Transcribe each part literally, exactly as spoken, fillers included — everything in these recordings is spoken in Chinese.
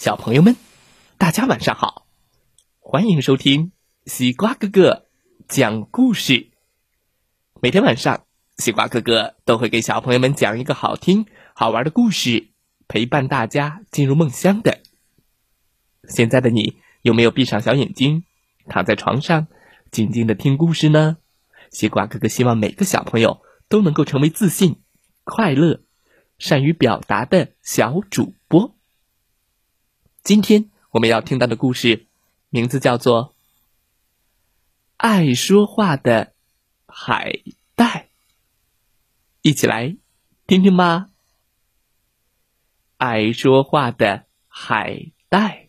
小朋友们，大家晚上好，欢迎收听西瓜哥哥讲故事。每天晚上，西瓜哥哥都会给小朋友们讲一个好听好玩的故事，陪伴大家进入梦乡的。现在的你有没有闭上小眼睛，躺在床上静静的听故事呢？西瓜哥哥希望每个小朋友都能够成为自信、快乐、善于表达的小主播。今天我们要听到的故事名字叫做《爱说话的海带》，一起来听听吧。爱说话的海带，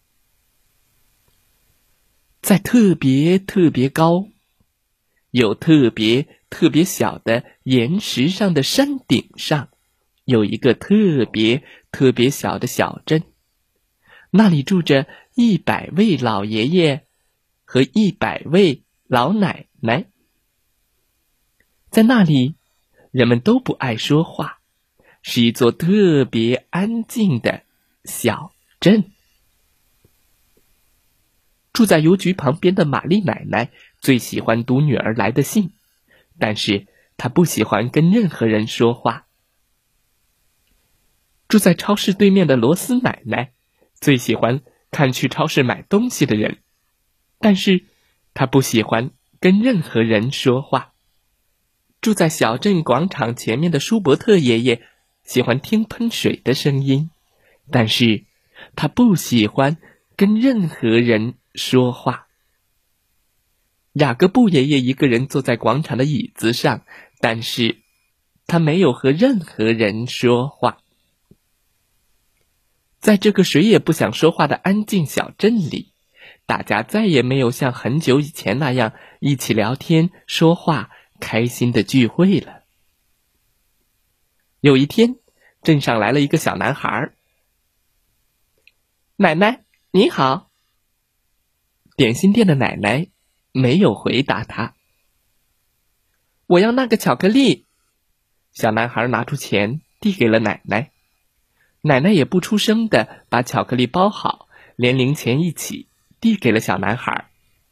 在特别特别高有特别特别小的岩石上的山顶上，有一个特别特别小的小镇，那里住着一百位老爷爷和一百位老奶奶。在那里，人们都不爱说话，是一座特别安静的小镇。住在邮局旁边的玛丽奶奶最喜欢读女儿来的信，但是她不喜欢跟任何人说话。住在超市对面的罗斯奶奶最喜欢看去超市买东西的人，但是她不喜欢跟任何人说话。住在小镇广场前面的舒伯特爷爷喜欢听喷水的声音，但是他不喜欢跟任何人说话。雅各布爷爷一个人坐在广场的椅子上，但是他没有和任何人说话。在这个谁也不想说话的安静小镇里，大家再也没有像很久以前那样一起聊天、说话、开心的聚会了。有一天，镇上来了一个小男孩。奶奶，你好。点心店的奶奶没有回答他。我要那个巧克力。小男孩拿出钱递给了奶奶。奶奶也不出声地把巧克力包好，连零钱一起递给了小男孩。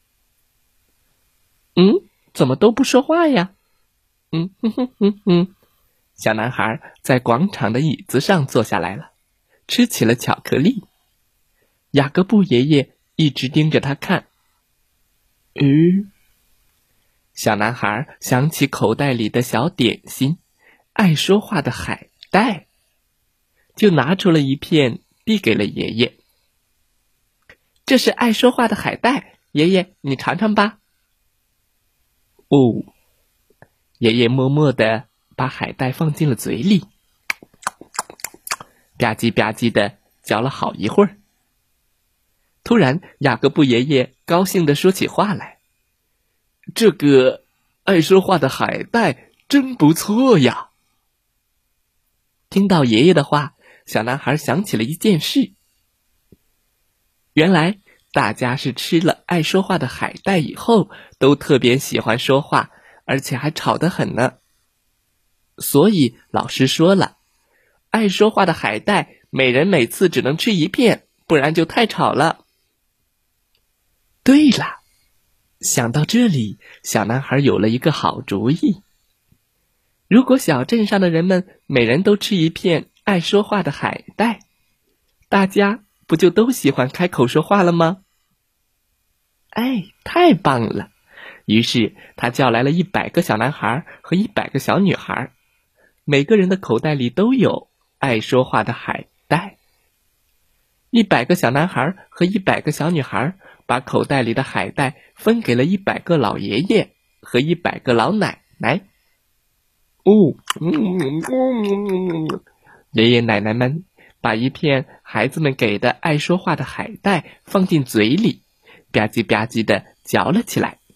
嗯，怎么都不说话呀？嗯哼哼哼哼。小男孩在广场的椅子上坐下来了，吃起了巧克力。雅各布爷爷一直盯着他看。嗯，小男孩想起口袋里的小点心，爱说话的海带，就拿出了一片递给了爷爷。这是爱说话的海带，爷爷你尝尝吧。哦，爷爷默默地把海带放进了嘴里，吧唧吧唧地嚼了好一会儿。突然，雅各布爷爷高兴地说起话来：这个爱说话的海带真不错呀。听到爷爷的话，小男孩想起了一件事。原来大家是吃了爱说话的海带以后，都特别喜欢说话，而且还吵得很呢。所以老师说了，爱说话的海带每人每次只能吃一片，不然就太吵了。对了，想到这里，小男孩有了一个好主意。如果小镇上的人们每人都吃一片爱说话的海带，大家不就都喜欢开口说话了吗？哎，太棒了！于是他叫来了一百个小男孩和一百个小女孩，每个人的口袋里都有爱说话的海带。一百个小男孩和一百个小女孩把口袋里的海带分给了一百个老爷爷和一百个老奶奶。哦，爷爷奶奶们把一片孩子们给的爱说话的海带放进嘴里，吧唧吧唧地嚼了起来。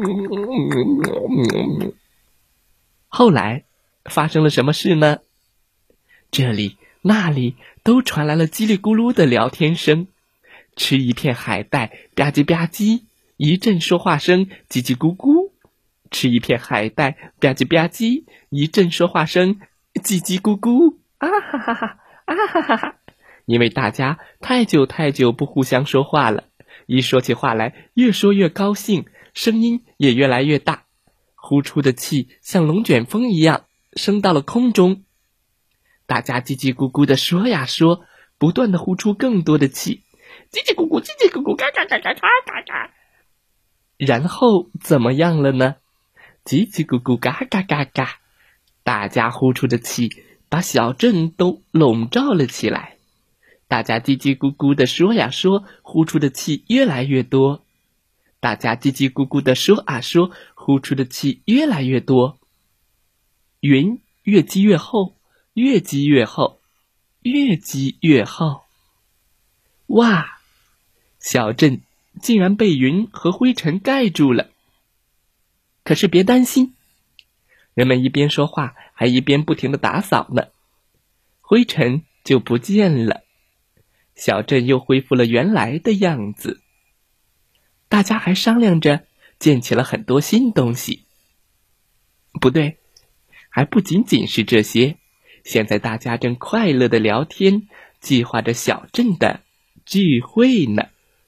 后来发生了什么事呢？这里那里都传来了叽里咕噜的聊天声，吃一片海带，吧唧吧唧，一阵说话声，叽叽咕咕；吃一片海带，吧唧吧唧，一阵说话声，叽叽咕咕。啊哈哈哈，啊哈哈哈！ 因为大家太久太久不互相说话了，一说起话来越说越高兴，声音也越来越大，呼出的气像龙卷风一样升到了空中。大家叽叽咕咕地说呀说，不断地呼出更多的气，叽叽咕咕叽叽咕咕嘎嘎嘎嘎嘎嘎嘎。然后怎么样了呢？叽叽咕咕嘎嘎嘎嘎，大家呼出的气把小镇都笼罩了起来。大家叽叽咕咕地说呀说，呼出的气越来越多。大家叽叽咕咕地说啊说，呼出的气越来越多。云越积越厚，越积越厚，越积越厚。哇！小镇竟然被云和灰尘盖住了。可是别担心，人们一边说话，还一边不停地打扫呢，灰尘就不见了，小镇又恢复了原来的样子。大家还商量着建起了很多新东西。不对，还不仅仅是这些，现在大家正快乐地聊天，计划着小镇的聚会呢。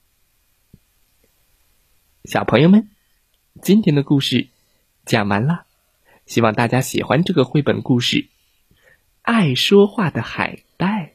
小朋友们，今天的故事讲完了，希望大家喜欢这个绘本故事《爱说话的海带》。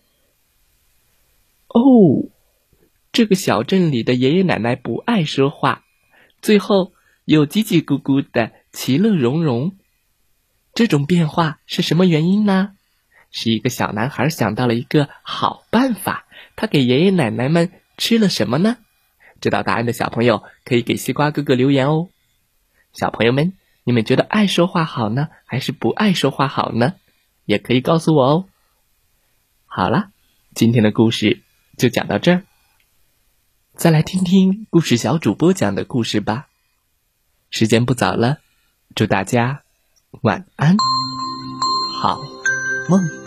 哦，这个小镇里的爷爷奶奶不爱说话，最后又叽叽咕咕的其乐融融。这种变化是什么原因呢？是一个小男孩想到了一个好办法，他给爷爷奶奶们吃了什么呢？知道答案的小朋友可以给西瓜哥哥留言哦。小朋友们，你们觉得爱说话好呢，还是不爱说话好呢？也可以告诉我哦。好了，今天的故事就讲到这儿。再来听听故事小主播讲的故事吧。时间不早了，祝大家晚安，好梦。